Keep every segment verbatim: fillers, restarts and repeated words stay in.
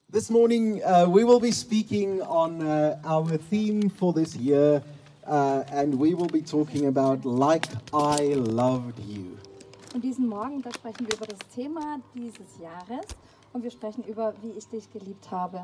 This morning uh, we will be speaking on uh, our theme for this year, uh, and we will be talking about Like I Loved You. Und diesen Morgen, da sprechen wir über das Thema dieses Jahres und wir sprechen über, wie ich dich geliebt habe.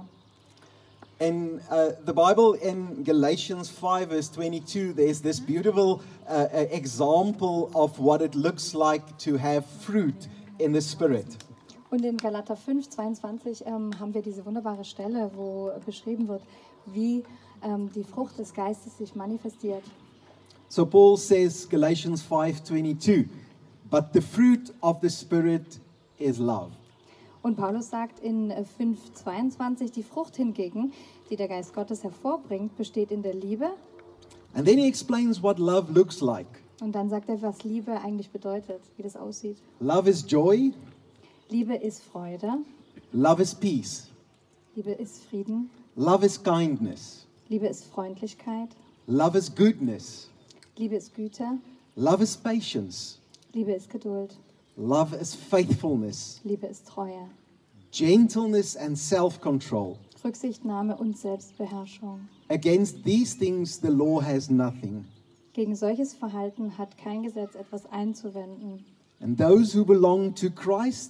In uh, the Bible, in Galatians five verse twenty-two, there's this beautiful uh, uh, example of what it looks like to have fruit in the Spirit. Und in Galater fünf, zweiundzwanzig ähm, haben wir diese wunderbare Stelle, wo beschrieben wird, wie ähm, die Frucht des Geistes sich manifestiert. So Paul says, Galatians five twenty-two, but the fruit of the Spirit is love. Und Paulus sagt in fünf, zweiundzwanzig, die Frucht hingegen, die der Geist Gottes hervorbringt, besteht in der Liebe. And then he explains what love looks like. Und dann sagt er, was Liebe eigentlich bedeutet, wie das aussieht. Love is joy. Liebe ist Freude. Love is peace. Liebe ist Frieden. Love is kindness. Liebe ist Freundlichkeit. Love is goodness. Liebe ist Güte. Love is patience. Liebe ist Geduld. Love is faithfulness. Liebe ist Treue. Gentleness and self-control. Rücksichtnahme und Selbstbeherrschung. Against these things the law has nothing. Gegen solches Verhalten hat kein Gesetz etwas einzuwenden. And those who belong to Christ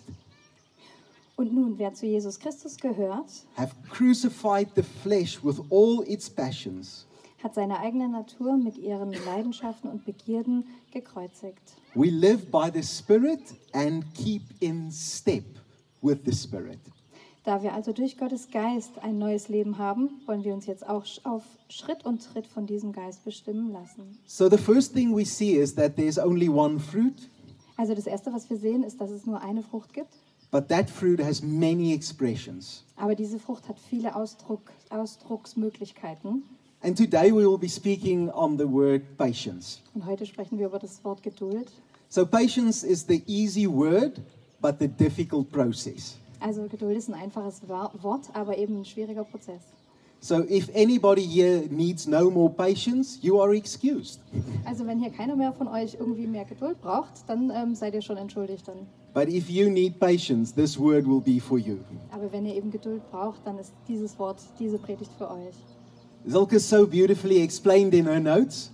Und nun, wer zu Jesus Christus gehört, have crucified the flesh with all its passions. hat seine eigene Natur mit ihren Leidenschaften und Begierden gekreuzigt. We live by the Spirit and keep in step with the Spirit. Da wir also durch Gottes Geist ein neues Leben haben, wollen wir uns jetzt auch auf Schritt und Tritt von diesem Geist bestimmen lassen. So the first thing we see is that there's only one fruit, Also das Erste, was wir sehen, ist, dass es nur eine Frucht gibt. but that fruit has many expressions. Aber diese Frucht hat viele Ausdruck, Ausdrucksmöglichkeiten. And today we will be speaking on the word patience. Und heute sprechen wir über das Wort Geduld. So patience is the easy word, but the difficult process. Also Geduld ist ein einfaches Wort, aber eben ein schwieriger Prozess. So if anybody here needs no more patience, you are excused. Also wenn hier keiner mehr von euch irgendwie mehr Geduld braucht, dann ähm, seid ihr schon entschuldigt dann. But if you need patience, this word will be for you. Aber wenn ihr eben Geduld braucht, dann ist dieses Wort, diese Predigt für euch. Zilka so beautifully explained in her notes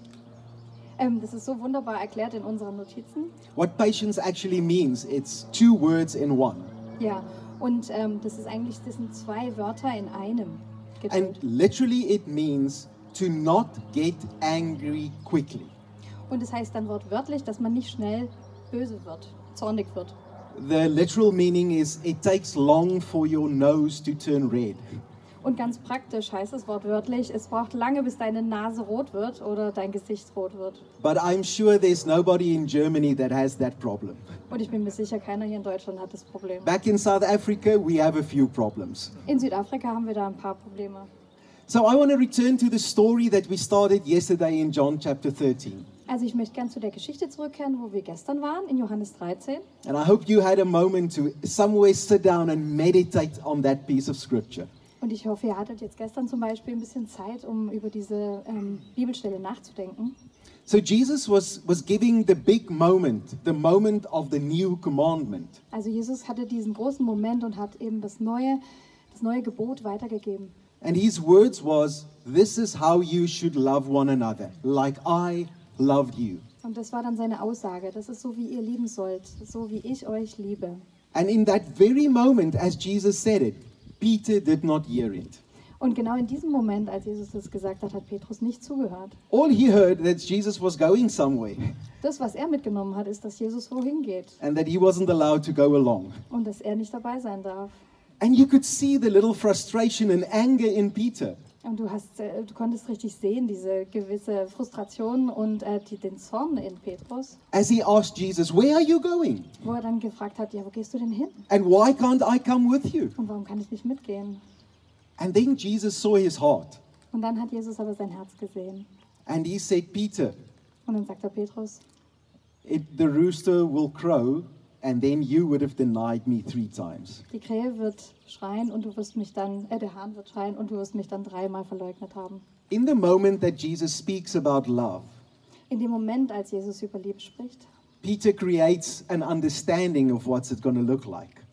Ähm, das ist so wunderbar erklärt in unseren Notizen. what patience actually means. It's two words in one. Ja, und ähm, das ist eigentlich, das sind zwei Wörter in einem. Geduld. And literally it means to not get angry quickly. Und das heißt dann wortwörtlich, dass man nicht schnell böse wird, zornig wird. The literal meaning is it takes long for your nose to turn red. Und ganz praktisch heißt es wortwörtlich, es braucht lange, bis deine Nase rot wird oder dein Gesicht rot wird. But I'm sure there's nobody in Germany that has that problem. Und ich bin mir sicher, keiner hier in Deutschland hat das Problem. Back in South Africa, we have a few problems. In Südafrika haben wir da ein paar Probleme. So I want to return to the story that we started yesterday in John chapter thirteen. Also ich möchte gerne zu der Geschichte zurückkehren, wo wir gestern waren, in Johannes dreizehn. And I hope you had a moment to somewhere sit down and meditate on that piece of scripture. Und ich hoffe, ihr hattet jetzt gestern zum Beispiel ein bisschen Zeit, um über diese ähm, Bibelstelle nachzudenken. So Jesus was, was giving the big moment, the moment of the new commandment. Also Jesus hatte diesen großen Moment und hat eben das neue, das neue Gebot weitergegeben. And his words was, this is how you should love one another, like I loved you. Und das war dann seine Aussage. Das ist so, wie ihr lieben sollt, so wie ich euch liebe. And in that very moment, as Jesus said it, Peter did not hear it. Und genau in diesem Moment, als Jesus das gesagt hat, hat Petrus nicht zugehört. All he heard that Jesus was going somewhere Das, was er mitgenommen hat, ist, dass Jesus wohin geht and that he wasn't allowed to go along. und dass er nicht dabei sein darf. And you could see the little frustration and anger in Peter. Und du, hast, äh, du konntest richtig sehen, diese gewisse Frustration und äh, die, den Zorn in Petrus, As he asked Jesus, where are you going? wo er dann gefragt hat, ja, wo gehst du denn hin? And why can't I come with you? Und warum kann ich nicht mitgehen? And then Jesus saw his heart. Und dann hat Jesus aber sein Herz gesehen. And he said, Peter, Und dann sagt er Petrus, it, the rooster will crow, and then you would have denied me three times. die Krähe wird schreien und du wirst mich dann, äh, der Hahn wird schreien und du wirst mich dann dreimal verleugnet haben. In the moment that Jesus speaks about love, In dem Moment, als Jesus über Liebe spricht, Peter creates an understanding of what's it going to look like.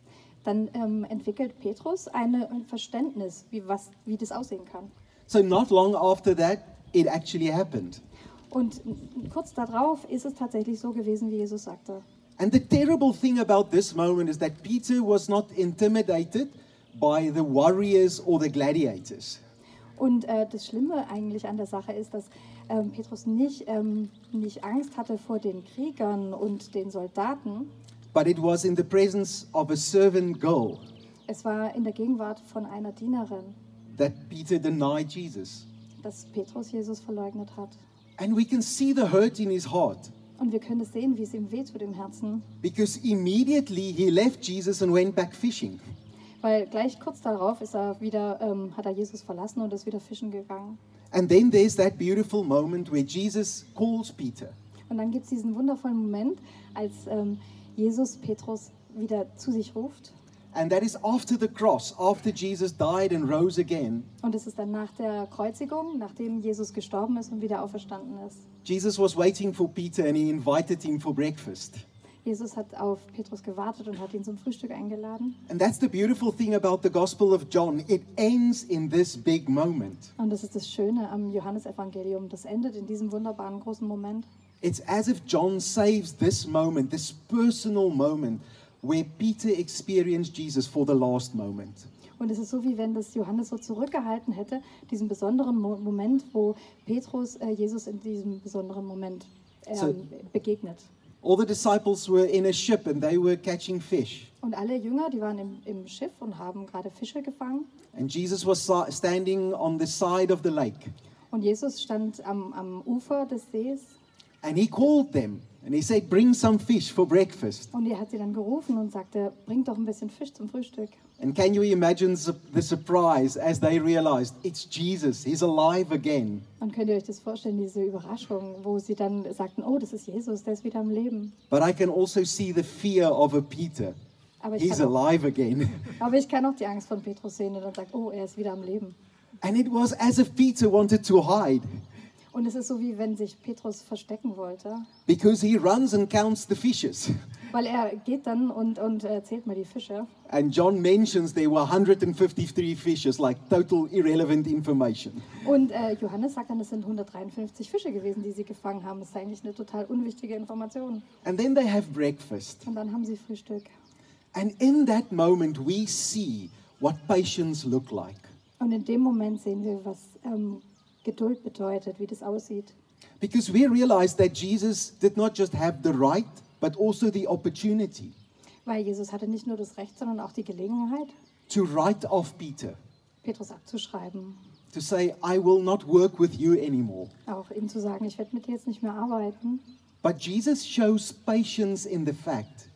dann ähm, entwickelt Petrus eine, ein Verständnis, wie, was, wie das aussehen kann. So not long after that, it actually happened. Und kurz darauf ist es tatsächlich so gewesen, wie Jesus sagte. And the terrible thing about this moment is that Peter was not intimidated by the warriors or the gladiators. Und äh, das Schlimme eigentlich an der Sache ist, dass ähm, Petrus nicht, ähm, nicht Angst hatte vor den Kriegern und den Soldaten. But it was in the presence of a servant girl Es war in der Gegenwart von einer Dienerin, that Peter denied Jesus. dass Petrus Jesus verleugnet hat. And we can see the hurt in his heart Und wir können es sehen, wie es ihm wehtut im Herzen. because immediately he left Jesus and went back fishing. Weil gleich kurz darauf ist er wieder, ähm, hat er Jesus verlassen und ist wieder fischen gegangen. And then there's that beautiful moment where Jesus calls Peter. Und dann gibt es diesen wundervollen Moment, als ähm, Jesus Petrus wieder zu sich ruft. And that is after the cross, after Jesus died and rose again. Und es ist dann nach der Kreuzigung, nachdem Jesus gestorben ist und wieder auferstanden ist. Jesus was waiting for Peter and he invited him for breakfast. Jesus hat auf Petrus gewartet und hat ihn zum Frühstück eingeladen. And that's the beautiful thing about the Gospel of John. It ends in this big moment. Und das ist das Schöne am Johannesevangelium. Das endet in diesem wunderbaren großen Moment. It's as if John saves this moment, this personal moment, where Peter experienced Jesus for the last moment. Und es ist so, wie wenn das Johannes so zurückgehalten hätte, diesen besonderen Mo- Moment, wo Petrus äh, Jesus in diesem besonderen Moment ähm, So- begegnet. All the disciples were in a ship and they were catching fish. Und alle Jünger, die waren im, im Schiff und haben gerade Fische gefangen. And Jesus was sa- standing on the side of the lake. Und Jesus stand am, am Ufer des Sees And he called them and he said, bring some fish for breakfast. und er hat sie dann gerufen und sagte, bringt doch ein bisschen Fisch zum Frühstück. And can you imagine su- the surprise as they realized it's Jesus, he's alive again. Und könnt ihr euch das vorstellen, diese Überraschung, wo sie dann sagten, oh, das ist Jesus, der ist wieder am Leben. But I can also see the fear of a Peter. Aber ich, He's kann auch, alive again. aber ich kann auch die Angst von Petrus sehen und dann sagt, oh, er ist wieder am Leben. And it was as if Peter wanted to hide Und es ist so, wie wenn sich Petrus verstecken wollte. because he runs and counts the fishes. Weil er geht dann und, und äh, zählt mal die Fische. And John mentions there were one hundred fifty-three fishes, like total irrelevant information. Und äh, Johannes sagt dann, es sind hundertdreiundfünfzig Fische gewesen, die sie gefangen haben. Das ist eigentlich eine total unwichtige Information. And then they have breakfast. Und dann haben sie Frühstück. And in that moment, we see what patience look like. Und in dem Moment sehen wir, was ähm, Geduld bedeutet, wie das aussieht. Because we realize that Jesus did not just have the right, but also the opportunity Weil Jesus hatte nicht nur das Recht, sondern auch die Gelegenheit, to write off Peter, Petrus abzuschreiben. to say, I will not work with you anymore. Auch ihm zu sagen, ich werde mit dir jetzt nicht mehr arbeiten. But Jesus shows patience in the fact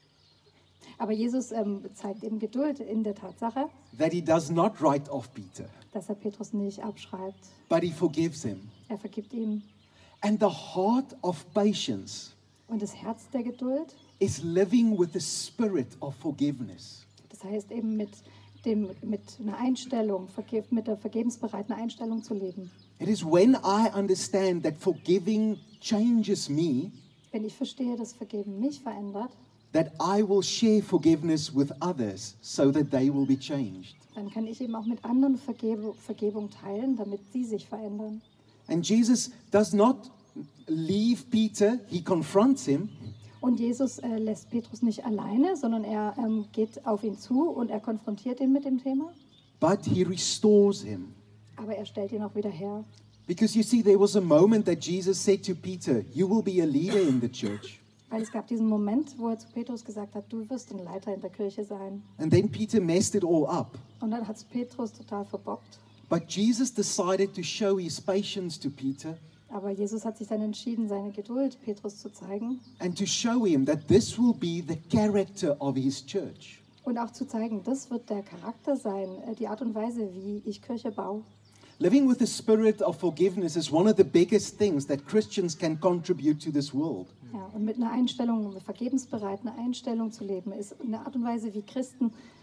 Aber Jesus ähm, zeigt eben Geduld in der Tatsache, that he does not write off Peter, dass er Petrus nicht abschreibt. but he forgives him. Er vergibt ihm. And the heart of patience Und das Herz der Geduld, is living with the spirit of forgiveness. das heißt eben mit, dem, mit einer Einstellung, verge- mit der vergebensbereiten Einstellung zu leben. It is when I understand that forgiving changes me Wenn ich verstehe, dass Vergeben mich verändert, that I will share forgiveness with others so that they will be changed. dann kann ich eben auch mit anderen Vergebe, Vergebung teilen, damit sie sich verändern. And Jesus does not leave Peter, he confronts him, Und Jesus äh, lässt Petrus nicht alleine, sondern er ähm, geht auf ihn zu und er konfrontiert ihn mit dem Thema, but he restores him. aber er stellt ihn auch wieder her. Because you see, there was a moment that Jesus said to Peter, you will be a leader in the church. Weil es gab diesen Moment, wo er zu Petrus gesagt hat, du wirst ein Leiter in der Kirche sein. And then Peter messed it all up. Und dann hat es Petrus total verbockt. But Jesus decided to show his patience to Peter Aber Jesus hat sich dann entschieden, seine Geduld Petrus zu zeigen and to show him that this will be the character of his church. und auch zu zeigen, das wird der Charakter sein, äh, die Art und Weise, wie ich Kirche baue. Living with the spirit of forgiveness is one of the biggest things that Christians can contribute to this world. Ja, und mit einer Einstellung, einer vergebensbereiten Einstellung zu leben, ist eine Art und Weise, wie Christen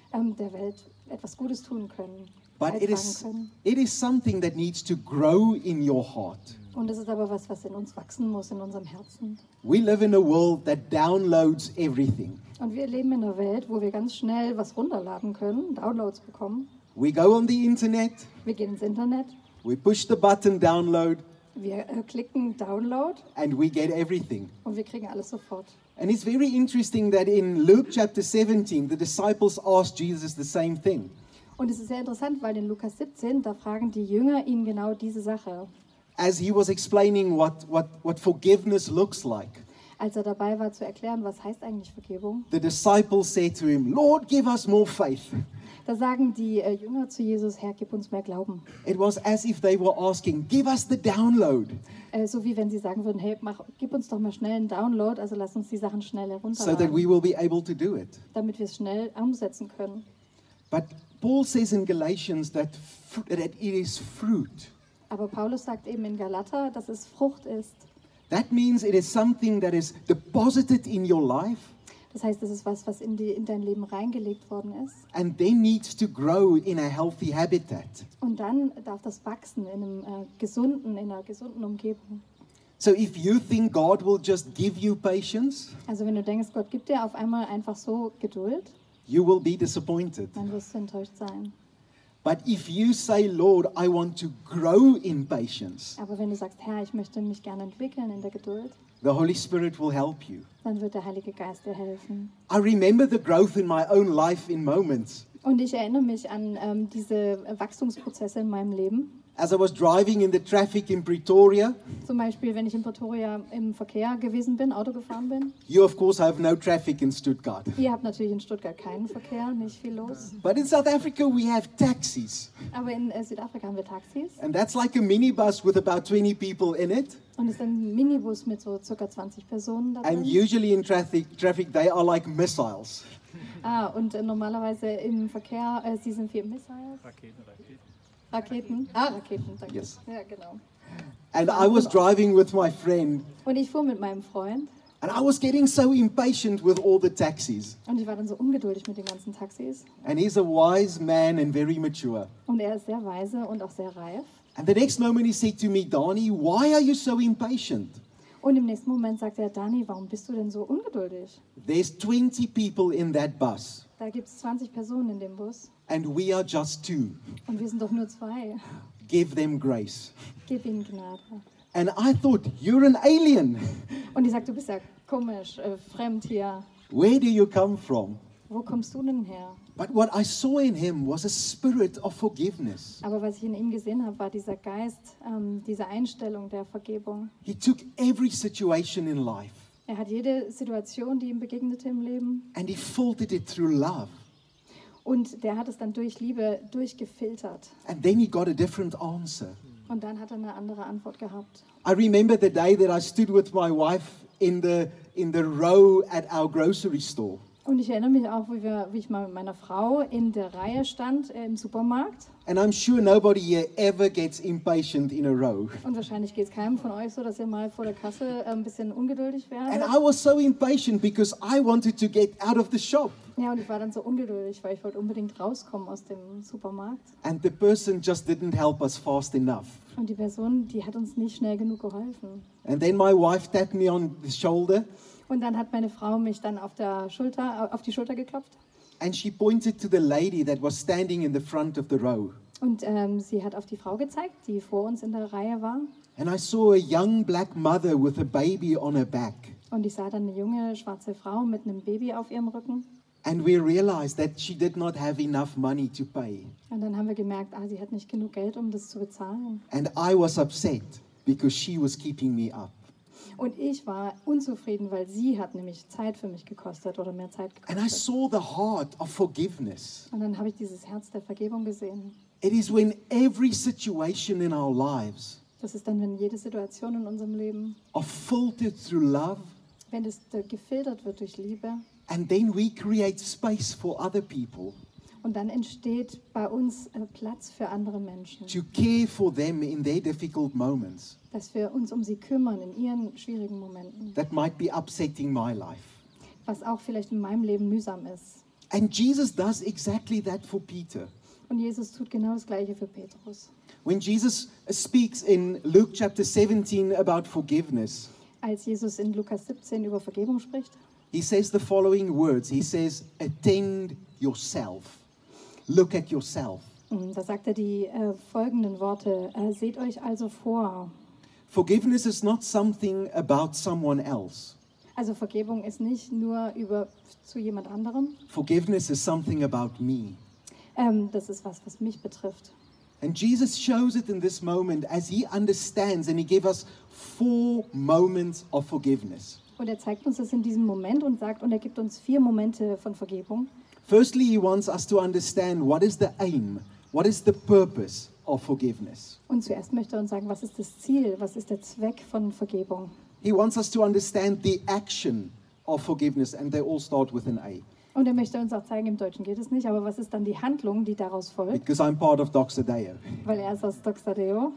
ähm, der Welt etwas Gutes tun können, But it beitragen is, können. it is something that needs to grow in your heart. Und es ist aber was, was in uns wachsen muss, in unserem Herzen. We live in a world that downloads everything. Und wir leben in einer Welt, wo wir ganz schnell was runterladen können, Downloads bekommen. We go on the internet, Wir gehen ins Internet, we push the button download, wir äh, klicken Download and we get everything. und wir kriegen alles sofort. And it's very interesting that in Luke chapter seventeen, the disciples asked Jesus the same thing. Und es ist sehr interessant, weil in Lukas siebzehn, da fragen die Jünger ihn genau diese Sache. As he was explaining what, what, what forgiveness looks like, Als er dabei war zu erklären, was heißt eigentlich Vergebung, the disciples said to him, Lord, give us more faith. da sagen die äh, Jünger zu Jesus, Herr, gib uns mehr Glauben. It was as if they were asking, give us the download, Äh, so wie wenn sie sagen würden, hey, mach, gib uns doch mal schnell einen Download, also lass uns die Sachen schnell so that herunterladen, we will be able to do it. damit wir es schnell umsetzen können. But Paul says in Galatians that, fr- that it is fruit. Aber Paulus sagt eben in Galater, dass es Frucht ist. That means it is something that is deposited in your life Das heißt, es ist was, was in, die, in dein Leben reingelegt worden ist. and then needs to grow in a healthy habitat. Und dann darf das wachsen in einem äh, gesunden, in einer gesunden Umgebung. So if you think God will just give you patience, Also wenn du denkst, Gott gibt dir auf einmal einfach so Geduld, you will be disappointed. dann wirst du enttäuscht sein. But if you say, Lord, I want to grow in patience, Aber wenn du sagst, Herr, ich möchte mich gerne entwickeln in der Geduld, the Holy Spirit will help you. dann wird der Heilige Geist dir helfen. I remember the growth in my own life in moments. Und ich erinnere mich an ähm, diese Wachstumsprozesse in meinem Leben. As I was driving in the traffic in Pretoria, Zum Beispiel, wenn ich in Pretoria im Verkehr gewesen bin, Auto gefahren bin. you of course have no traffic in Stuttgart. Ihr habt natürlich in Stuttgart keinen Verkehr, nicht viel los. But in South Africa we have taxis. Aber in äh, Südafrika haben wir Taxis. And that's like a minibus with about twenty people in it. Und es ist ein Minibus mit so circa zwanzig Personen da And drin. usually in traffic, traffic they are like missiles. Ah, und äh, normalerweise im Verkehr, äh, sie sind wie Missiles. Raketen, Raketen. Raketen. Ah, Raketen, danke. Yes. Ja, genau. And I was driving with my friend, Und ich fuhr mit meinem Freund and I was getting so impatient with all the taxis. und ich war dann so ungeduldig mit den ganzen Taxis. And he's a wise man and very mature. Und er ist sehr weise und auch sehr reif. And the next moment he said to me, Dani, why are you so impatient? Und im nächsten Moment sagt er, Dani, warum bist du denn so ungeduldig? There's twenty people in that bus, Da gibt es zwanzig Personen in dem Bus and we are just two. und wir sind doch nur zwei. Give them grace. Gib ihnen Gnade. And I thought, you're an alien. Und ich sage, du bist ja komisch, äh, fremd hier. Where do you come from? Wo kommst du denn her? But what I saw in him was a spirit of forgiveness. Aber was ich in ihm gesehen habe, war dieser Geist, ähm, diese Einstellung der Vergebung. He took every situation in life Er hat jede Situation, die ihm begegnete im Leben, and he filtered it through love. und der hat es dann durch Liebe durchgefiltert. And then he got a different answer. Und dann hat er eine andere Antwort gehabt. I remember the day that I stood with my wife in the, in the row at our grocery store. Und ich erinnere mich auch, wie, wir, wie ich mal mit meiner Frau in der Reihe stand äh, im Supermarkt. And I'm sure nobody here ever gets impatient in a row. Und wahrscheinlich geht es keinem von euch so, dass ihr mal vor der Kasse äh, ein bisschen ungeduldig And werdet. I was so impatient because I wanted to get out of the shop. Ja, und ich war dann so ungeduldig, weil ich wollte unbedingt rauskommen aus dem Supermarkt. And the person just didn't help us fast enough. Und die Person, die hat uns nicht schnell genug geholfen. And then my wife tapped me on the shoulder Und dann hat meine Frau mich dann auf, der Schulter, auf die Schulter geklopft. and she pointed to the lady that was standing in the front of the row. Und ähm, sie hat auf die Frau gezeigt, die vor uns in der Reihe war. And I saw a young black mother with a baby on her back. Und ich sah dann eine junge schwarze Frau mit einem Baby auf ihrem Rücken. And we realized that she did not have enough money to pay. Und dann haben wir gemerkt, ah, sie hat nicht genug Geld, um das zu bezahlen. And I was upset because she was keeping me up. Und ich war unzufrieden, weil sie hat nämlich Zeit für mich gekostet oder mehr Zeit And I gekostet. saw the heart of forgiveness. Und dann habe ich dieses Herz der Vergebung gesehen. It is when every situation in our lives Das ist dann, wenn jede Situation in unserem Leben, are filtered through love, wenn es äh, gefiltert wird durch Liebe, and then we create space for other people und dann entsteht bei uns äh, Platz für andere Menschen, to care for them in their difficult moments dass wir uns um sie kümmern in ihren schwierigen Momenten, that might be upsetting my life. was auch vielleicht in meinem Leben mühsam ist. And Jesus does exactly that for Peter. Und Jesus tut genau das Gleiche für Petrus. When Jesus speaks in Luke chapter seventeen about forgiveness, Als Jesus in Lukas siebzehn über Vergebung spricht, he says the following words. He says, attend yourself. Look at yourself. mm, da sagt er die äh, folgenden Worte: äh, Seht euch also vor. Forgiveness is not something about someone else. Also Vergebung ist nicht nur über zu jemand anderem. Forgiveness is something about me. Ähm, das ist was, was mich betrifft. And Jesus shows it in this moment as he understands, and he gave us four moments of forgiveness. Und er zeigt uns das in diesem Moment und sagt, und er gibt uns vier Momente von Vergebung. Firstly, he wants us to understand what is the aim, what is the purpose of forgiveness. Und zuerst möchte er uns sagen, was ist das Ziel, was ist der Zweck von Vergebung. He wants us to understand the action of forgiveness, and they all start with an A. Und er möchte uns auch zeigen, im Deutschen geht es nicht, aber was ist dann die Handlung, die daraus folgt? Because I'm part of Doxadeo. Weil er ist aus Doxadeo.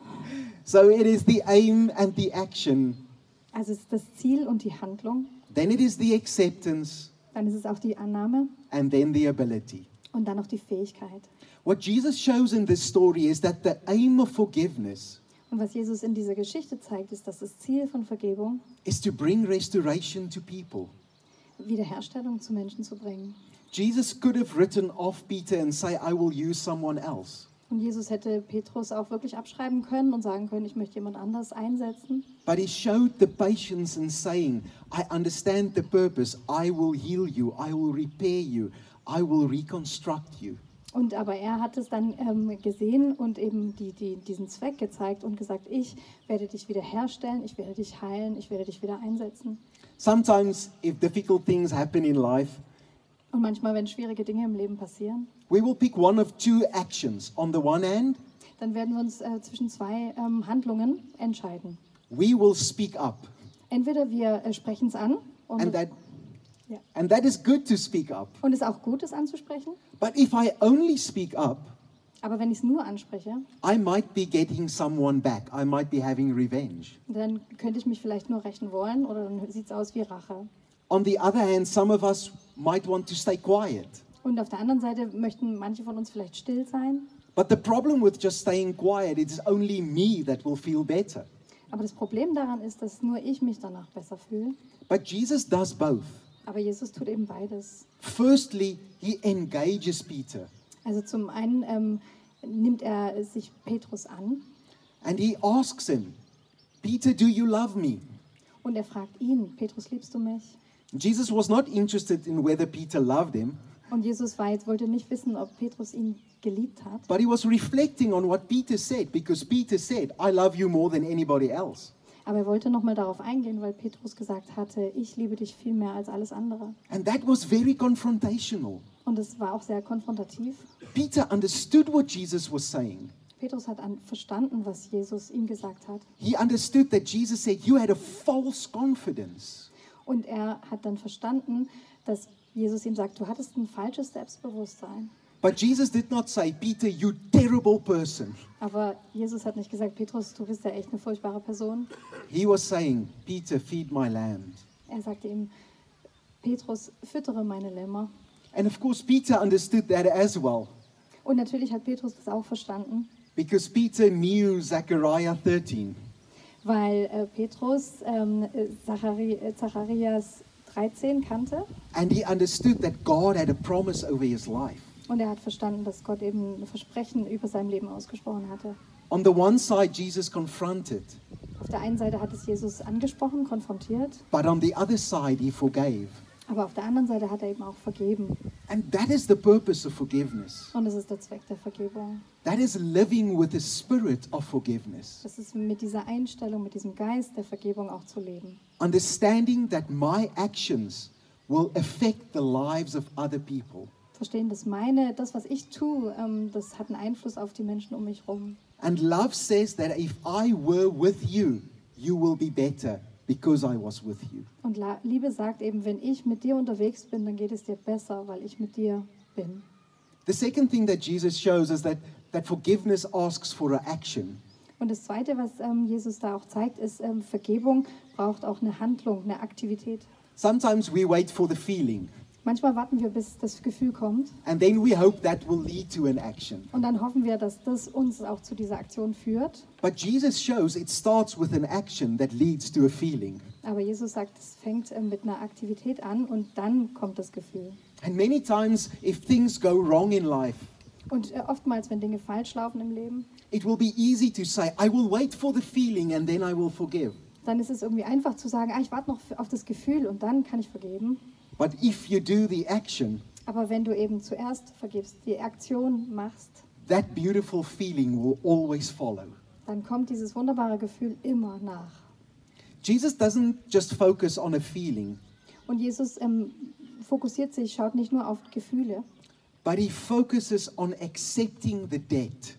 So it is the aim and the action. Also es ist das Ziel und die Handlung. Then it is the acceptance, Dann ist es auch die Annahme and then the ability. und dann noch die Fähigkeit. What Jesus shows in this story is that the aim of forgiveness Und was Jesus in dieser Geschichte zeigt, ist, dass das Ziel von Vergebung is to bring restoration to people. Wiederherstellung zu Menschen zu bringen. Jesus could have written off Peter and say, I will use someone else. Und Jesus hätte Petrus auch wirklich abschreiben können und sagen können, ich möchte jemand anders einsetzen. But he showed the patience in saying, I understand the purpose. I will heal you. I will repair you. I will reconstruct you. Und aber er hat es dann ähm, gesehen und eben die, die, diesen Zweck gezeigt und gesagt, ich werde dich wiederherstellen, ich werde dich heilen, ich werde dich wieder einsetzen. Sometimes, if difficult things happen in life, Und manchmal, wenn schwierige Dinge im Leben passieren, we will pick one of two actions. On the one hand, dann werden wir uns äh, zwischen zwei ähm, Handlungen entscheiden. we will speak up. Entweder wir äh, sprechen es an und, And that, Ja. and that is good to speak up. und es ist auch gut, es anzusprechen. But if I only speak up, Aber wenn ich es nur anspreche, I might be getting someone back. I might be having revenge. dann könnte ich mich vielleicht nur rächen wollen oder dann sieht es aus wie Rache. On the other hand, some of us might want to stay quiet. Und auf der anderen Seite möchten manche von uns vielleicht still sein. But the problem with just staying quiet, it's only me that will feel better. Aber das Problem daran ist, dass nur ich mich danach besser fühle. But Jesus does both. Aber Jesus tut eben beides. Firstly, he engages Peter Also zum einen ähm, nimmt er sich Petrus an and he asks him, Peter, do you love me? und er fragt ihn, Petrus, liebst du mich? Jesus was not interested in whether Peter loved him, Und Jesus war jetzt, wollte nicht wissen, ob Petrus ihn geliebt hat. but he was reflecting on what Peter said, because Peter said, I love you more than anybody else. Aber er wollte nochmal darauf eingehen, weil Petrus gesagt hatte, ich liebe dich viel mehr als alles andere. And that was very confrontational. Und es war auch sehr konfrontativ. Peter understood what Jesus was saying. Petrus hat an, verstanden, was Jesus ihm gesagt hat. He understood that Jesus said, you had a false confidence. Und er hat dann verstanden, dass Jesus ihm sagt, du hattest ein falsches Selbstbewusstsein. But Jesus did not say, Peter, you terrible person. Aber Jesus hat nicht gesagt, Petrus, du bist ja echt eine furchtbare Person. He was saying, Peter, feed my lambs. Er sagte ihm, Petrus, füttere meine Lämmer. And of course, Peter understood that as well, Und natürlich hat Petrus das auch verstanden, because Peter knew Zechariah thirteen. weil äh, Petrus ähm, äh, Zachari, äh, Zacharias dreizehn kannte. And he understood that God had a promise over his life. Und er hat verstanden, dass Gott eben ein Versprechen über sein Leben ausgesprochen hatte. On the one side, Jesus confronted, Auf der einen Seite hat es Jesus angesprochen, konfrontiert, but on the other side, he forgave. aber auf der anderen Seite hat er eben auch vergeben. And that is the purpose of forgiveness. Und das ist der Zweck der Vergebung. That is living with the spirit of forgiveness. Das ist mit dieser Einstellung, mit diesem Geist der Vergebung auch zu leben. Understanding that my actions will affect the lives of other people. Verstehen, dass meine, das, was ich tue, ähm, das hat einen Einfluss auf die Menschen um mich herum. And love says that if I were with you, you will be better because I was with you. Und La- Liebe sagt eben, wenn ich mit dir unterwegs bin, dann geht es dir besser, weil ich mit dir bin. The second thing that Jesus shows is that, that forgiveness asks for an action. Und das Zweite, was ähm, Jesus da auch zeigt, ist, ähm, Vergebung braucht auch eine Handlung, eine Aktivität. Sometimes we wait for the feeling. Manchmal warten wir, bis das Gefühl kommt. And then we hope that will lead to an action. Und dann hoffen wir, dass das uns auch zu dieser Aktion führt. But Jesus shows it starts with an action that leads to a feeling. Aber Jesus sagt, es fängt äh, mit einer Aktivität an und dann kommt das Gefühl. And many times, if things go wrong in life, Und äh, oftmals, wenn Dinge falsch laufen im Leben, it will be easy to say, I will wait for the feeling and then I will forgive. dann ist es irgendwie einfach zu sagen, ah, ich warte noch auf das Gefühl und dann kann ich vergeben. But if you do the action, Aber wenn du eben zuerst vergibst, die Aktion machst, that beautiful feeling will always follow. dann kommt dieses wunderbare Gefühl immer nach. Jesus doesn't just focus on a feeling, Und Jesus ähm, fokussiert sich, schaut nicht nur auf Gefühle, but he focuses on accepting the debt.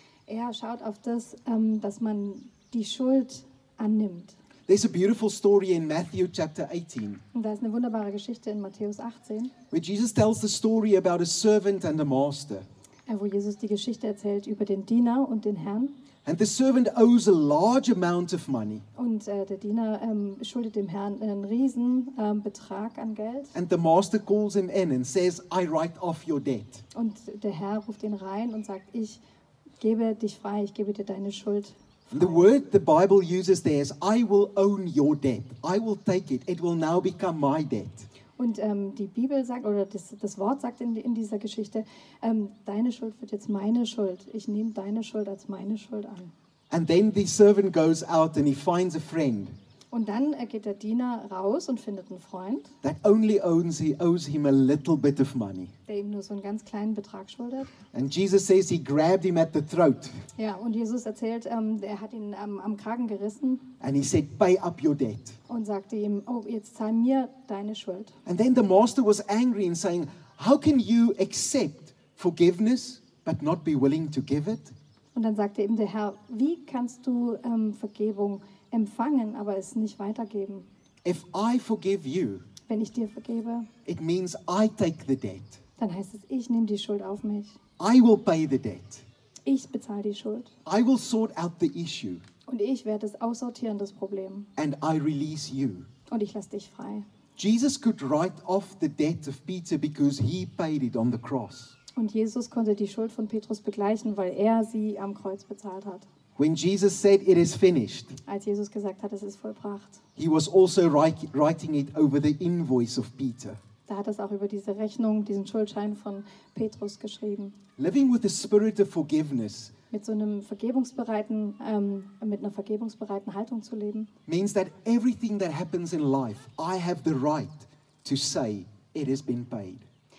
er schaut auf das, ähm, dass man die Schuld annimmt. There's a beautiful story in Matthew chapter eighteen, Und da ist eine wunderbare Geschichte in Matthäus achtzehn, where Jesus tells the story about a servant and a master. äh, wo Jesus die Geschichte erzählt über den Diener und den Herrn. And the servant owes a large amount of money. Und äh, der Diener ähm, schuldet dem Herrn einen riesen ähm, Betrag an Geld. And the master calls him in and says, I write off your debt. Und der Herr ruft ihn rein und sagt, ich gebe dich frei, ich gebe dir deine Schuld And the frei. word the Bible uses there is, I will own your debt. I will take it. It will now become my debt. Und ähm, die Bibel sagt, oder das, das Wort sagt in, in dieser Geschichte, ähm, deine Schuld wird jetzt meine Schuld. Ich nehme deine Schuld als meine Schuld an. And then the servant goes out and he finds a friend Und dann äh, geht der Diener raus und findet einen Freund, that only owns, he owes him a little bit of money. der ihm nur so einen ganz kleinen Betrag schuldet. And Jesus says he grabbed him at the throat Ja, und Jesus erzählt, ähm, er hat ihn ähm, am Kragen gerissen and he said, pay up your debt. und sagte ihm, oh, jetzt zahl mir deine Schuld. And then the master was angry and saying, how can you accept forgiveness but not be willing to give it? Und dann sagte eben der Herr, wie kannst du ähm, Vergebung empfangen, aber es nicht weitergeben? If I forgive you, Wenn ich dir vergebe, it means I take the debt. dann heißt es, ich nehme die Schuld auf mich. I will pay the debt. Ich bezahle die Schuld. I will sort out the issue Und ich werde es aussortieren, das Problem. and I release you. Und ich lasse dich frei. Jesus could write off the debt of Peter because he paid it on the cross. Und Jesus konnte die Schuld von Petrus begleichen, weil er sie am Kreuz bezahlt hat. When Jesus said it is finished, Als Jesus gesagt hat, es ist vollbracht, he was also write- writing it over the invoice of Peter. da hat er es auch über diese Rechnung, diesen Schuldschein von Petrus geschrieben. Living with the spirit of forgiveness Mit so einem vergebungsbereiten, ähm, mit einer vergebungsbereiten Haltung zu leben, means that everything that happens in life, I have the right to say it has been paid.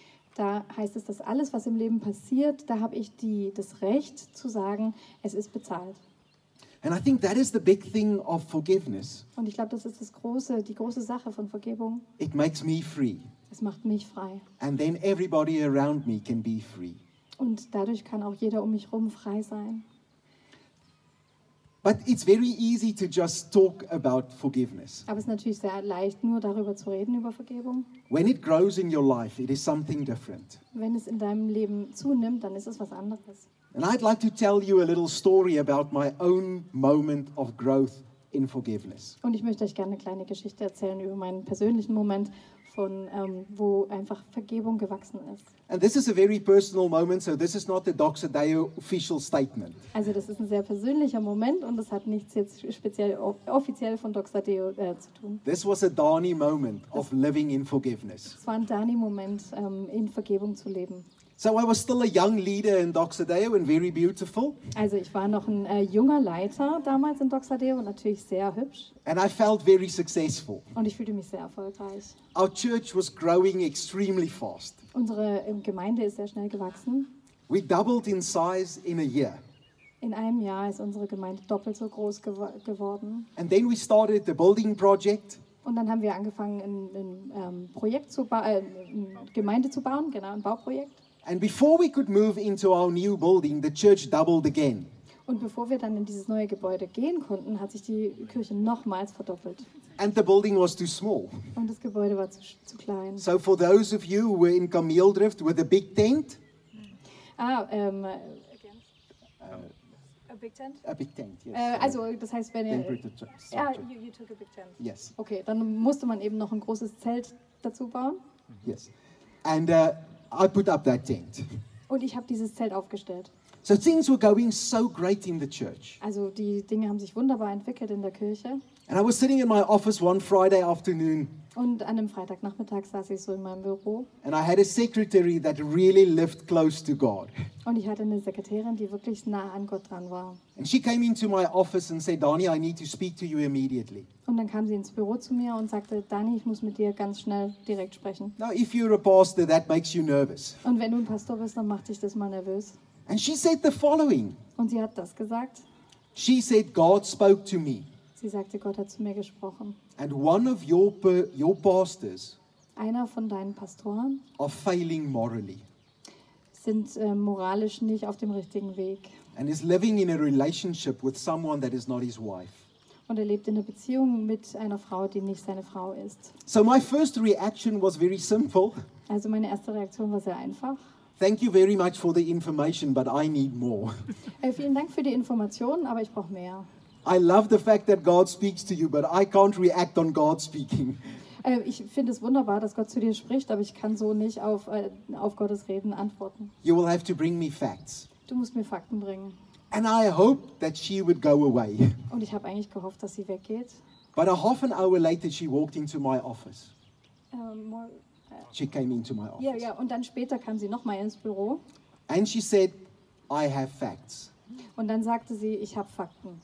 da heißt es, dass alles, was im Leben passiert, da habe ich die, das Recht zu sagen, es ist bezahlt. And I think that is the big thing of forgiveness. Und ich glaube, das ist das große, die große Sache von Vergebung. It makes me free, Es macht mich frei. and then everybody around me can be free. Und dadurch kann auch jeder um mich herum frei sein. But it's very easy to just talk about forgiveness. Aber es ist natürlich sehr leicht, nur darüber zu reden, über Vergebung. When it grows in your life, it is something different. Wenn es in deinem Leben zunimmt, dann ist es was anderes. And I'd like to tell you a little story about my own moment of growth in forgiveness. Und ich möchte euch gerne eine kleine Geschichte erzählen über meinen persönlichen Moment, von, ähm, wo einfach Vergebung gewachsen ist. And this is a very personal moment, so this is not the Doxadeo official statement. Also das ist ein sehr persönlicher Moment und das hat nichts jetzt speziell o- offiziell von Doxadeo äh, zu tun. This was a Dani moment of living in forgiveness. Es war ein Dani-Moment, ähm, in Vergebung zu leben. So I was still a young leader in Doxadeo and very beautiful. Also ich war noch ein äh, junger Leiter damals in Doxadeo und natürlich sehr hübsch And I felt very successful. und ich fühlte mich sehr erfolgreich. Our church was growing extremely fast. Unsere ähm, Gemeinde ist sehr schnell gewachsen. We doubled in size in a year. In einem Jahr ist unsere Gemeinde doppelt so groß gewo geworden. And then we started the building project. Und dann haben wir angefangen, ein, ein ähm, Projekt zu ba- äh, eine Gemeinde zu bauen, genau, ein Bauprojekt. And before we could move into our new building, the church doubled again. Und bevor wir dann in dieses neue Gebäude gehen konnten, hat sich die Kirche nochmals verdoppelt. And the building was too small. Und das Gebäude war zu, zu klein. So for those of you who were in Kameeldrift with a big tent, Ah, ähm, a big tent? a big tent, yes. Äh, also, das heißt, wenn ihr... Temperature Ja, structure. you, you took a big tent. Yes, Okay, dann musste man eben noch ein großes Zelt dazu bauen. yes. And uh, I put up that tent. Und ich habe dieses Zelt aufgestellt. So things were going so great in the church. Also die Dinge haben sich wunderbar entwickelt in der Kirche. And I was sitting in my office one Friday afternoon. Und an einem Freitagnachmittag saß ich so in meinem Büro. And I had a secretary that really lived close to God. Und ich hatte eine Sekretärin, die wirklich nah an Gott dran war. And she came into my office and said, Dani, I need to speak to you immediately. Und dann kam sie ins Büro zu mir und sagte, Dani, ich muss mit dir ganz schnell direkt sprechen. Now, if you're a pastor, that makes you nervous. Und wenn du ein Pastor bist, dann macht dich das mal nervös. And she said the following. Und sie hat das gesagt. She said, God spoke to me. Sie sagte, Gott hat zu mir gesprochen. And one of your, per- your pastors Einer von deinen Pastoren are failing morally sind äh, moralisch nicht auf dem richtigen Weg. and is living in a relationship with someone that is not his wife. Und er lebt in einer Beziehung mit einer Frau, die nicht seine Frau ist. So my first reaction was very simple. Also meine erste Reaktion war sehr einfach. Thank you very much for the information, but I need more. Äh, vielen Dank für die Informationen, aber ich brauche mehr. I love the fact that God speaks to you, but I can't react on God speaking. Äh, ich finde es wunderbar, dass Gott zu dir spricht, aber ich kann so nicht auf, äh, auf Gottes Reden antworten. You will have to bring me facts. Du musst mir Fakten bringen. And I hoped that she would go away. Und ich habe eigentlich gehofft, dass sie weggeht. But a half an hour later, she walked into my office. Ähm, more- She came into my ja, office. ja, und dann später kam sie nochmal ins Büro And she said, I have facts. und dann sagte sie, ich habe Fakten.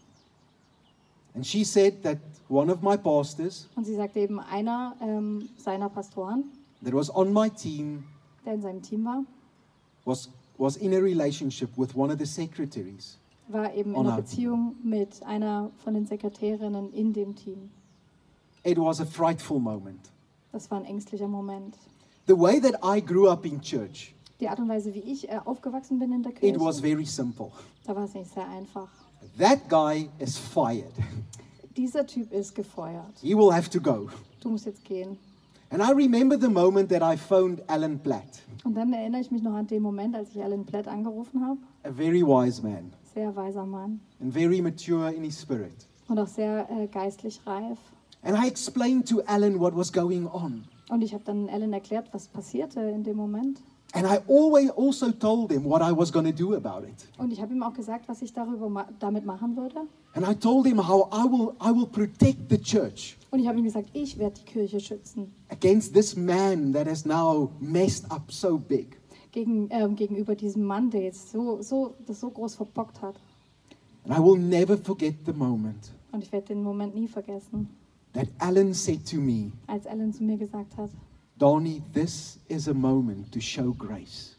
And she said that one of my pastors Und sie sagte eben, einer ähm, seiner Pastoren, that was on my team der in seinem Team war, was, was in a relationship with one of the secretaries. war eben in Oh einer nein. Beziehung mit einer von den Sekretärinnen in dem Team. It was a frightful moment. Das war ein ängstlicher Moment. The way that I grew up in church, Die Art und Weise, wie ich äh, aufgewachsen bin in der it was Kirche, very simple. da war es nicht sehr einfach. That guy is fired. Dieser Typ ist gefeuert. He will have to go. Du musst jetzt gehen. And I remember the moment that I phoned Alan Platt, Und dann erinnere ich mich noch an den Moment, als ich Alan Platt angerufen habe. a very wise man Sehr weiser Mann and very mature in his spirit. und auch sehr äh, geistlich reif. And I explained to Alan what was going on. Und ich habe dann Alan erklärt, was passierte in dem Moment. And I always also told him what I was going to do about it. Und ich habe ihm auch gesagt, was ich darüber ma damit machen würde. And I told him how I will, I will protect the church Und ich habe ihm gesagt, ich werde die Kirche schützen against this man that has now messed up so big. gegen, ähm, gegenüber diesem Mann, der jetzt so, so, das so groß verbockt hat. And I will never forget the moment Und ich werde den Moment nie vergessen, that Alan said to me, als Alan zu mir gesagt hat, Donnie, this is a moment to show grace.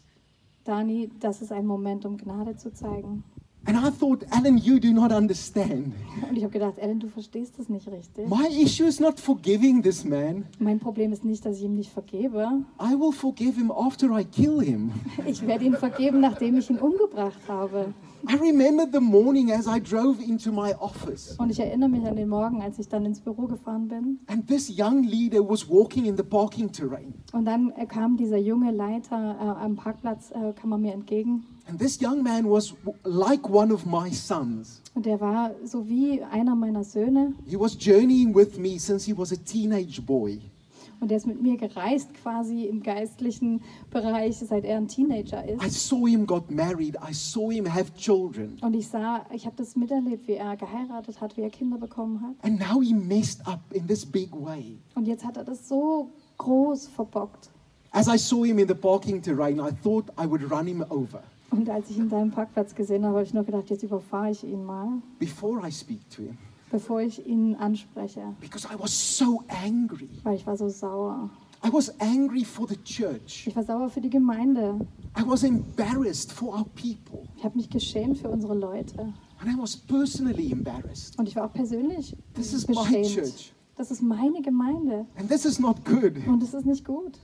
Dani, das ist ein Moment, um Gnade zu zeigen. And I thought, Alan, you do not understand. Und ich habe gedacht, Alan, du verstehst das nicht richtig. My issue is not forgiving this man. Mein Problem ist nicht, dass ich ihm nicht vergebe. I will forgive him after I kill him. Ich werde ihn vergeben, nachdem ich ihn umgebracht habe. I remember the morning as I drove into my office. Und ich erinnere mich an den Morgen, als ich dann ins Büro gefahren bin. And this young leader was walking in the parking terrain. Und dann äh, kam dieser junge Leiter äh, am Parkplatz, äh, kam er mir entgegen. And this young man was w- like one of my sons. Und er war so wie einer meiner Söhne. He was journeying with me since he was a teenage boy. Und er ist mit mir gereist quasi im geistlichen Bereich, seit er ein Teenager I ist. saw him got married. I saw him have children. Und ich sah, ich habe das miterlebt, wie er geheiratet hat, wie er Kinder bekommen hat. And now he messed up in this big way. Und jetzt hat er das so groß verbockt. As I saw him in the parking terrain, I thought I would run him over Und als ich ihn da im Parkplatz gesehen habe, habe ich nur gedacht, jetzt überfahre ich ihn mal, before I speak to him. bevor ich ihn anspreche. Because I was so angry. Weil ich war so sauer. I was angry for the church. Ich war sauer für die Gemeinde. I was embarrassed for our people. Ich habe mich geschämt für unsere Leute. And I was personally embarrassed. Und ich war auch persönlich This is my beschämt. church. Das ist meine Gemeinde. And this is not good. Und das ist nicht gut.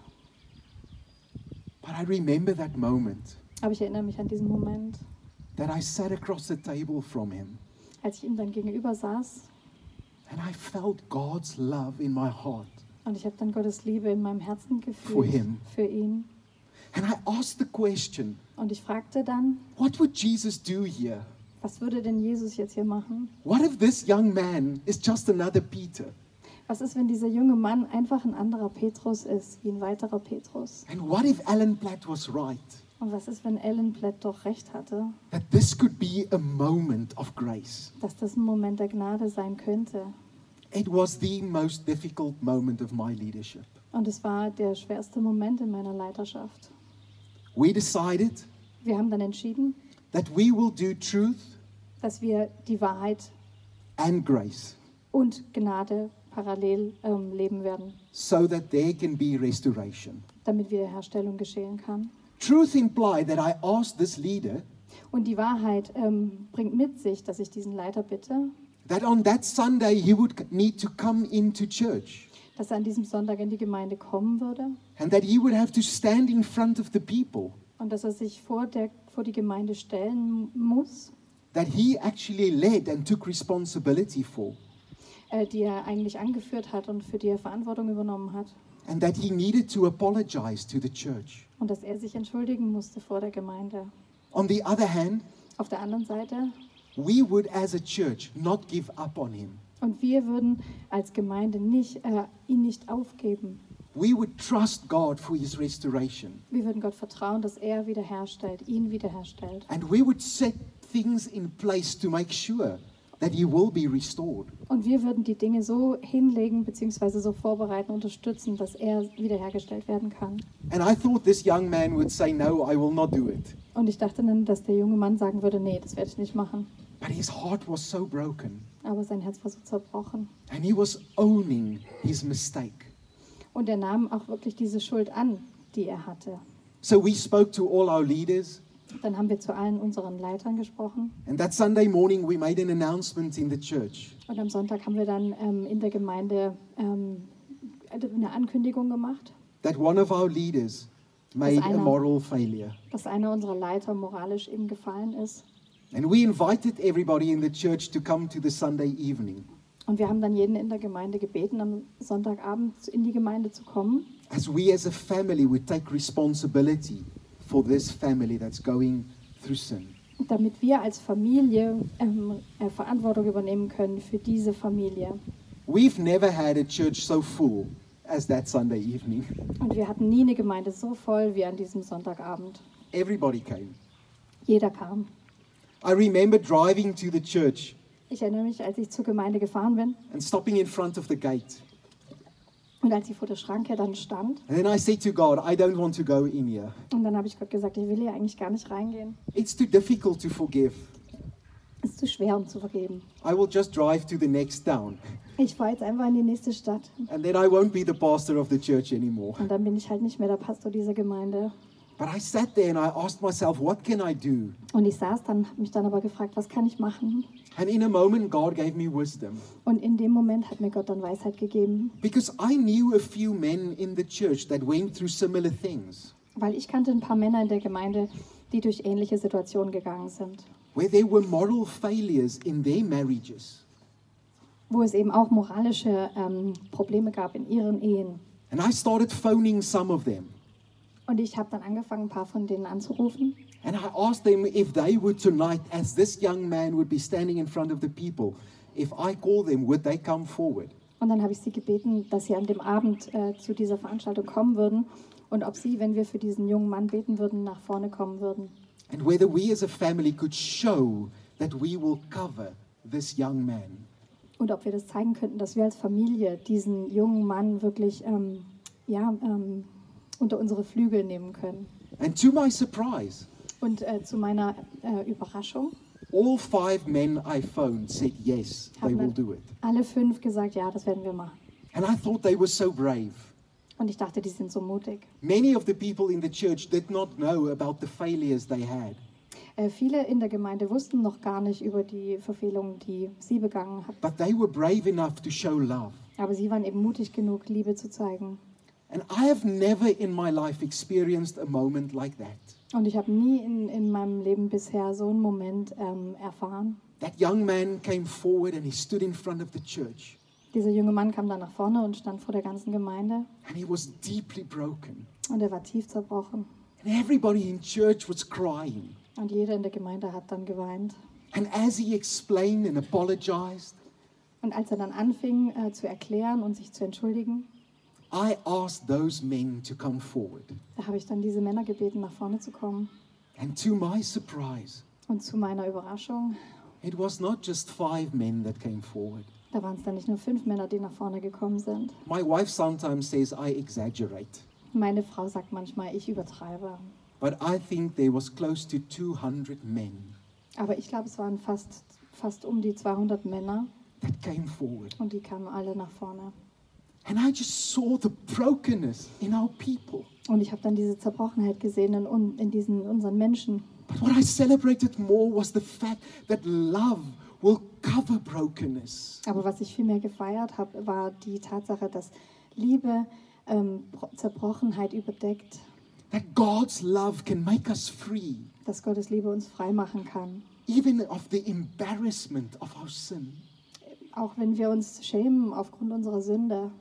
But I remember that moment Aber ich erinnere mich an diesen Moment, that I sat across the table from him als ich ihm dann gegenüber saß. and I felt God's love in my heart. Und ich habe dann Gottes Liebe in meinem Herzen For gefühlt him. für ihn. And I asked the question, Und ich fragte dann, what would Jesus do here? was würde denn Jesus jetzt hier machen? What if this young man is just another Peter? Was ist, wenn dieser junge Mann einfach ein anderer Petrus ist, wie ein weiterer Petrus? And what if Alan Platt was right? Und was ist, wenn Ellen Platt doch recht hatte, That this could be a moment of grace. dass das ein Moment der Gnade sein könnte? It was the most difficult moment of my leadership. Und es war der schwerste Moment in meiner Leiterschaft. We decided Wir haben dann entschieden, that we will do truth dass wir die Wahrheit and grace und Gnade parallel ähm, leben werden, so that there can be restoration. damit Wiederherstellung geschehen kann. Truth implied that I asked this leader Und die Wahrheit ähm, bringt mit sich, dass ich diesen Leiter bitte, that on that Sunday he would need to come into church dass er an diesem Sonntag in die Gemeinde kommen würde and that he would have to stand in front of the people und dass er sich vor, der, vor die Gemeinde stellen muss, that he actually led and took responsibility for, äh, die er eigentlich angeführt hat und für die er Verantwortung übernommen hat. and that he needed to apologize to the church. Und dass er sich entschuldigen musste vor der Gemeinde. On the other hand, Auf der anderen Seite, we would as a church not give up on him. und wir würden als Gemeinde nicht, äh, ihn nicht aufgeben. We would trust God for his restoration. Wir würden Gott vertrauen, dass er wiederherstellt, ihn wiederherstellt. And we would set things in place to make sure that he will be restored. Und wir würden die Dinge so hinlegen bzw. so vorbereiten, unterstützen, dass er wiederhergestellt werden kann. And I thought this young man would say, no, I will not do it. Und ich dachte dann, dass der junge Mann sagen würde, nee, das werde ich nicht machen. But his heart was so broken. Aber sein Herz war so zerbrochen. And he was owning his mistake. Und er nahm auch wirklich diese Schuld an, die er hatte. So we spoke to all our leaders. Dann haben wir zu allen unseren Leitern gesprochen. And that Sunday morning we made an announcement in the church. Und am Sonntag haben wir dann ähm, in der Gemeinde ähm, eine Ankündigung gemacht, That one of our leaders made a einer- moral failure. dass einer unserer Leiter moralisch eben gefallen ist. And we invited everybody in the church to come to the Sunday evening Und wir haben dann jeden in der Gemeinde gebeten, am Sonntagabend in die Gemeinde zu kommen, as we as a family would take responsibility for this family that's going through sin. damit wir als Familie ähm, äh, Verantwortung übernehmen können für diese Familie. We've never had a church so full as that Sunday evening. Und wir hatten nie eine Gemeinde so voll wie an diesem Sonntagabend. Everybody came. Jeder kam. I remember driving to the church Ich erinnere mich, als ich zur Gemeinde gefahren bin and stopping in front of the gate. und als ich vor der Schranke dann stand. And then I said to God, I don't want to go in here. Und dann habe ich Gott gesagt, ich will hier eigentlich gar nicht reingehen. It's too difficult to forgive. Es ist zu schwer, um zu vergeben. I will just drive to the next town. Ich fahre jetzt einfach in die nächste Stadt. And then I won't be the pastor of the church anymore. Und dann bin ich halt nicht mehr der Pastor dieser Gemeinde. But I sat there and I asked myself, what can I do? Und ich saß dann, habe mich dann aber gefragt, was kann ich machen? And in a moment, God gave me wisdom. Und in dem Moment hat mir Gott dann Weisheit gegeben. Because I knew a few men in the church that went through similar things, Weil ich kannte ein paar Männer in der Gemeinde, die durch ähnliche Situationen gegangen sind. where there were moral failures in their marriages. Wo es eben auch moralische ähm, Probleme gab in ihren Ehen. And I started phoning some of them. Und ich habe dann angefangen, ein paar von denen anzurufen. And I asked them if they would tonight, as this young man would be standing in front of the people, if I call them, would they come forward? Und dann habe ich sie gebeten, dass sie an dem Abend äh, zu dieser Veranstaltung kommen würden. Und ob sie, wenn wir für diesen jungen Mann beten würden, nach vorne kommen würden. And whether we as a family could show that we will cover this young man. Und ob wir das zeigen könnten, dass wir als Familie diesen jungen Mann wirklich ähm, ja, ähm, unter unsere Flügel nehmen können. And to my surprise, Und äh, zu meiner äh, Überraschung all five men I phoned said yes, they haben will dann do it. alle fünf gesagt, ja, das werden wir machen. And I thought they were so brave. Und ich dachte, die sind so mutig. Many of the people in the church did not know about the failures they had. Äh, viele in der Gemeinde wussten noch gar nicht über die Verfehlungen, die sie begangen hatten. But they were brave enough to show love. Aber sie waren eben mutig genug, Liebe zu zeigen. And I have never in my life experienced a moment like that. Und ich habe nie in, in meinem Leben bisher so einen Moment ähm, erfahren. That young man came forward and he stood in front of the church. Dieser junge Mann kam dann nach vorne und stand vor der ganzen Gemeinde. And he was deeply broken. Und er war tief zerbrochen. And everybody in church was crying. Und jeder in der Gemeinde hat dann geweint. And as he explained and apologized, Und als er dann anfing äh, zu erklären und sich zu entschuldigen, I asked those men to come forward. da habe ich dann diese Männer gebeten, nach vorne zu kommen. And to my surprise, Und zu meiner Überraschung, it was not just five men that came forward. da waren es dann nicht nur fünf Männer, die nach vorne gekommen sind. My wife sometimes says I exaggerate, Meine Frau sagt manchmal, ich übertreibe. but I think there was close to two hundred men Aber ich glaube, es waren fast, fast um die zweihundert Männer that came forward. und die kamen alle nach vorne. And I just saw the brokenness in our people. Und ich habe dann diese Zerbrochenheit gesehen in, in diesen, unseren Menschen. But what I celebrated more was the fact that love will cover brokenness. Aber was ich viel mehr gefeiert habe, war die Tatsache, dass Liebe ähm, Zerbrochenheit überdeckt, That God's love can make us free, dass Gottes Liebe uns frei machen kann. even of the embarrassment of our sin. Auch wenn wir uns schämen aufgrund unserer Sünde.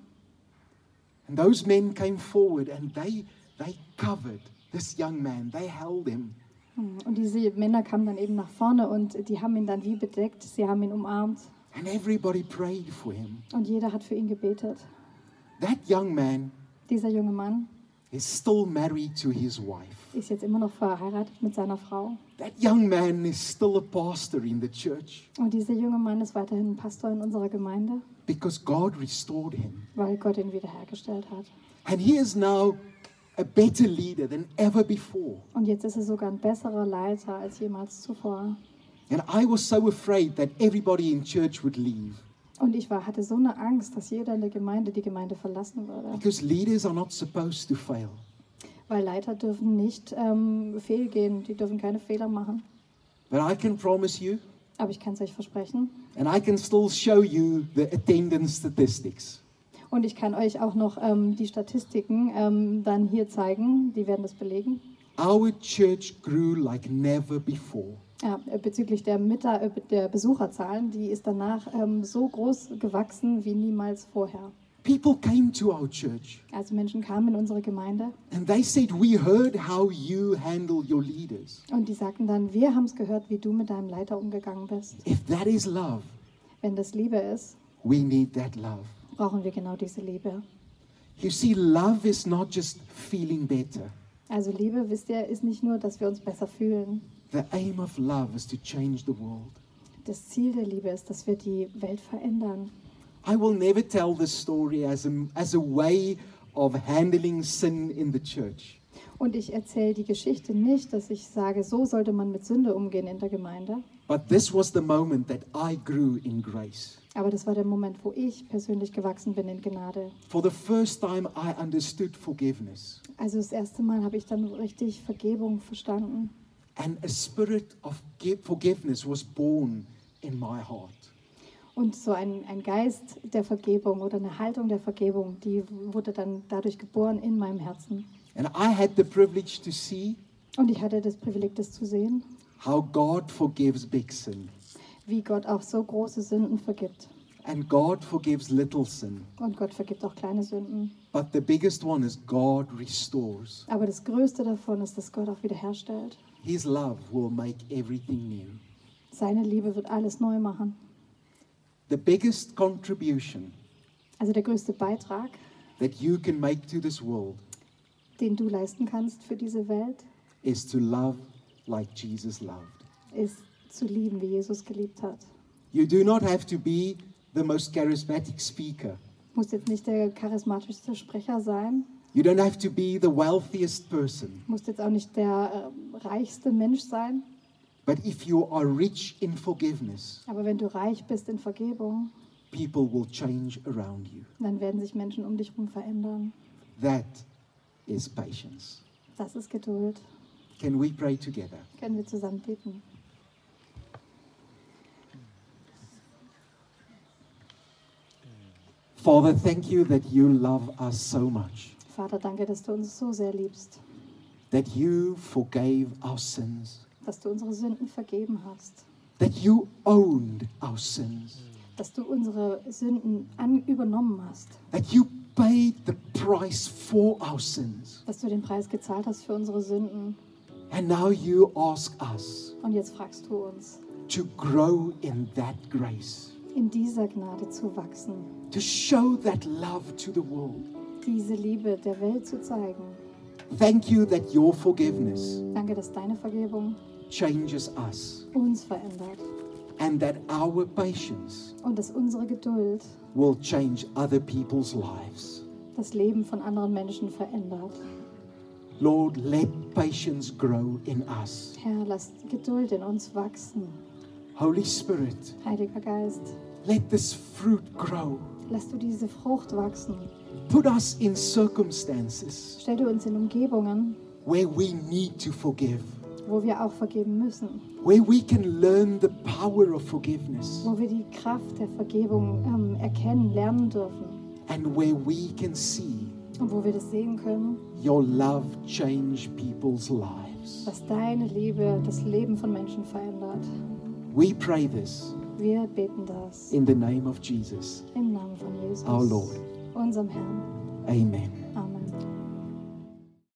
And those men came forward and they, they covered this young man. They held him. Und diese Männer kamen dann eben nach vorne und die haben ihn dann wie bedeckt. Sie haben ihn umarmt And everybody prayed for him. und jeder hat für ihn gebetet. That young man Dieser junge Mann is still married to his wife. ist jetzt immer noch verheiratet mit seiner Frau. That young man is still a pastor in the church Und dieser junge Mann ist weiterhin Pastor in unserer Gemeinde, because God restored him. weil Gott ihn wiederhergestellt hat. And he is now a better leader than ever before. Und jetzt ist er sogar ein besserer Leiter als jemals zuvor. And I was so afraid that everybody in church would leave Und ich war, hatte so eine Angst, dass jeder in der Gemeinde die Gemeinde verlassen würde. because leaders are not supposed to fail. Weil Leiter dürfen nicht ähm, fehlgehen, die dürfen keine Fehler machen. But I can promise you, Aber ich kann es euch versprechen. and I can still show you the attendance statistics. Und ich kann euch auch noch ähm, die Statistiken ähm, dann hier zeigen, die werden das belegen. Our church grew like never before. Ja, äh, bezüglich der, Mita äh, der Besucherzahlen, die ist danach ähm, so groß gewachsen wie niemals vorher. People came to our church Also Menschen kamen in unsere Gemeinde and they said, we heard how you handle your leaders. und die sagten dann, wir haben es gehört, wie du mit deinem Leiter umgegangen bist. If that is love, Wenn das Liebe ist, we need that love. brauchen wir genau diese Liebe. You see, love is not just feeling better. Also Liebe, wisst ihr, ist nicht nur, dass wir uns besser fühlen. The aim of love is to change the world. Das Ziel der Liebe ist, dass wir die Welt verändern. I will never tell this story as a, as a way of handling sin in the church. Und ich erzähle die Geschichte nicht, dass ich sage, so sollte man mit Sünde umgehen in der Gemeinde. But this was the moment that I grew in grace. Aber das war der Moment, wo ich persönlich gewachsen bin in Gnade. For the first time, I understood forgiveness. Also das erste Mal habe ich dann richtig Vergebung verstanden. And a spirit of gi- forgiveness was born in my heart. Und so ein, ein Geist der Vergebung oder eine Haltung der Vergebung, die wurde dann dadurch geboren in meinem Herzen. And I had the privilege to see Und ich hatte das Privileg, das zu sehen, how God forgives big sin. wie Gott auch so große Sünden vergibt. And God forgives little sin. Und Gott vergibt auch kleine Sünden. But the biggest one is God restores. Aber das Größte davon ist, dass Gott auch wiederherstellt. His love will make everything new. Seine Liebe wird alles neu machen. The biggest contribution Also der größte Beitrag, that you can make to this world den du leisten kannst für diese Welt, is to love like Jesus loved. ist zu lieben, wie Jesus geliebt hat. You do not have to be the most charismatic speaker. Muss jetzt nicht der charismatischste Sprecher sein, You don't have to be the wealthiest person. muss jetzt auch nicht der äh, reichste Mensch sein. But if you are rich in forgiveness, Aber wenn du reich bist in Vergebung, people will change around you. dann werden sich Menschen um dich herum verändern. That is patience. Das ist Geduld. Can we pray together? Können wir zusammen beten. Father, thank you that you love us so much, Vater, danke, dass du uns so sehr liebst, that you forgave our sins, dass du unsere Sünden vergeben hast, that you owned our sins, dass du unsere Sünden an übernommen hast, that you paid the price for our sins. dass du den Preis gezahlt hast für unsere Sünden. And now you ask us Und jetzt fragst du uns, to grow in that grace. in dieser Gnade zu wachsen, to show that love to the world. diese Liebe der Welt zu zeigen. Thank you that your forgiveness Danke, dass deine Vergebung changes us uns verändert and that our patience und dass unsere Geduld will change other people's lives. das Leben von anderen Menschen verändert. Lord, let patience grow in us. Herr, lass Geduld in uns wachsen. Holy Spirit, Heiliger Geist, let this fruit grow. lass du diese Frucht wachsen. Put us in circumstances Stell du uns in Umgebungen, where we need to forgive, wo wir auch vergeben müssen, where we can learn the power of forgiveness, wo wir die Kraft der Vergebung ähm, erkennen, lernen dürfen and where we can see und wo wir das sehen können, your love change people's lives. dass deine Liebe das Leben von Menschen verändert. We pray this Wir beten das in the name of Jesus, im Namen von Jesus, our Lord. unserem Herrn. Amen. Amen.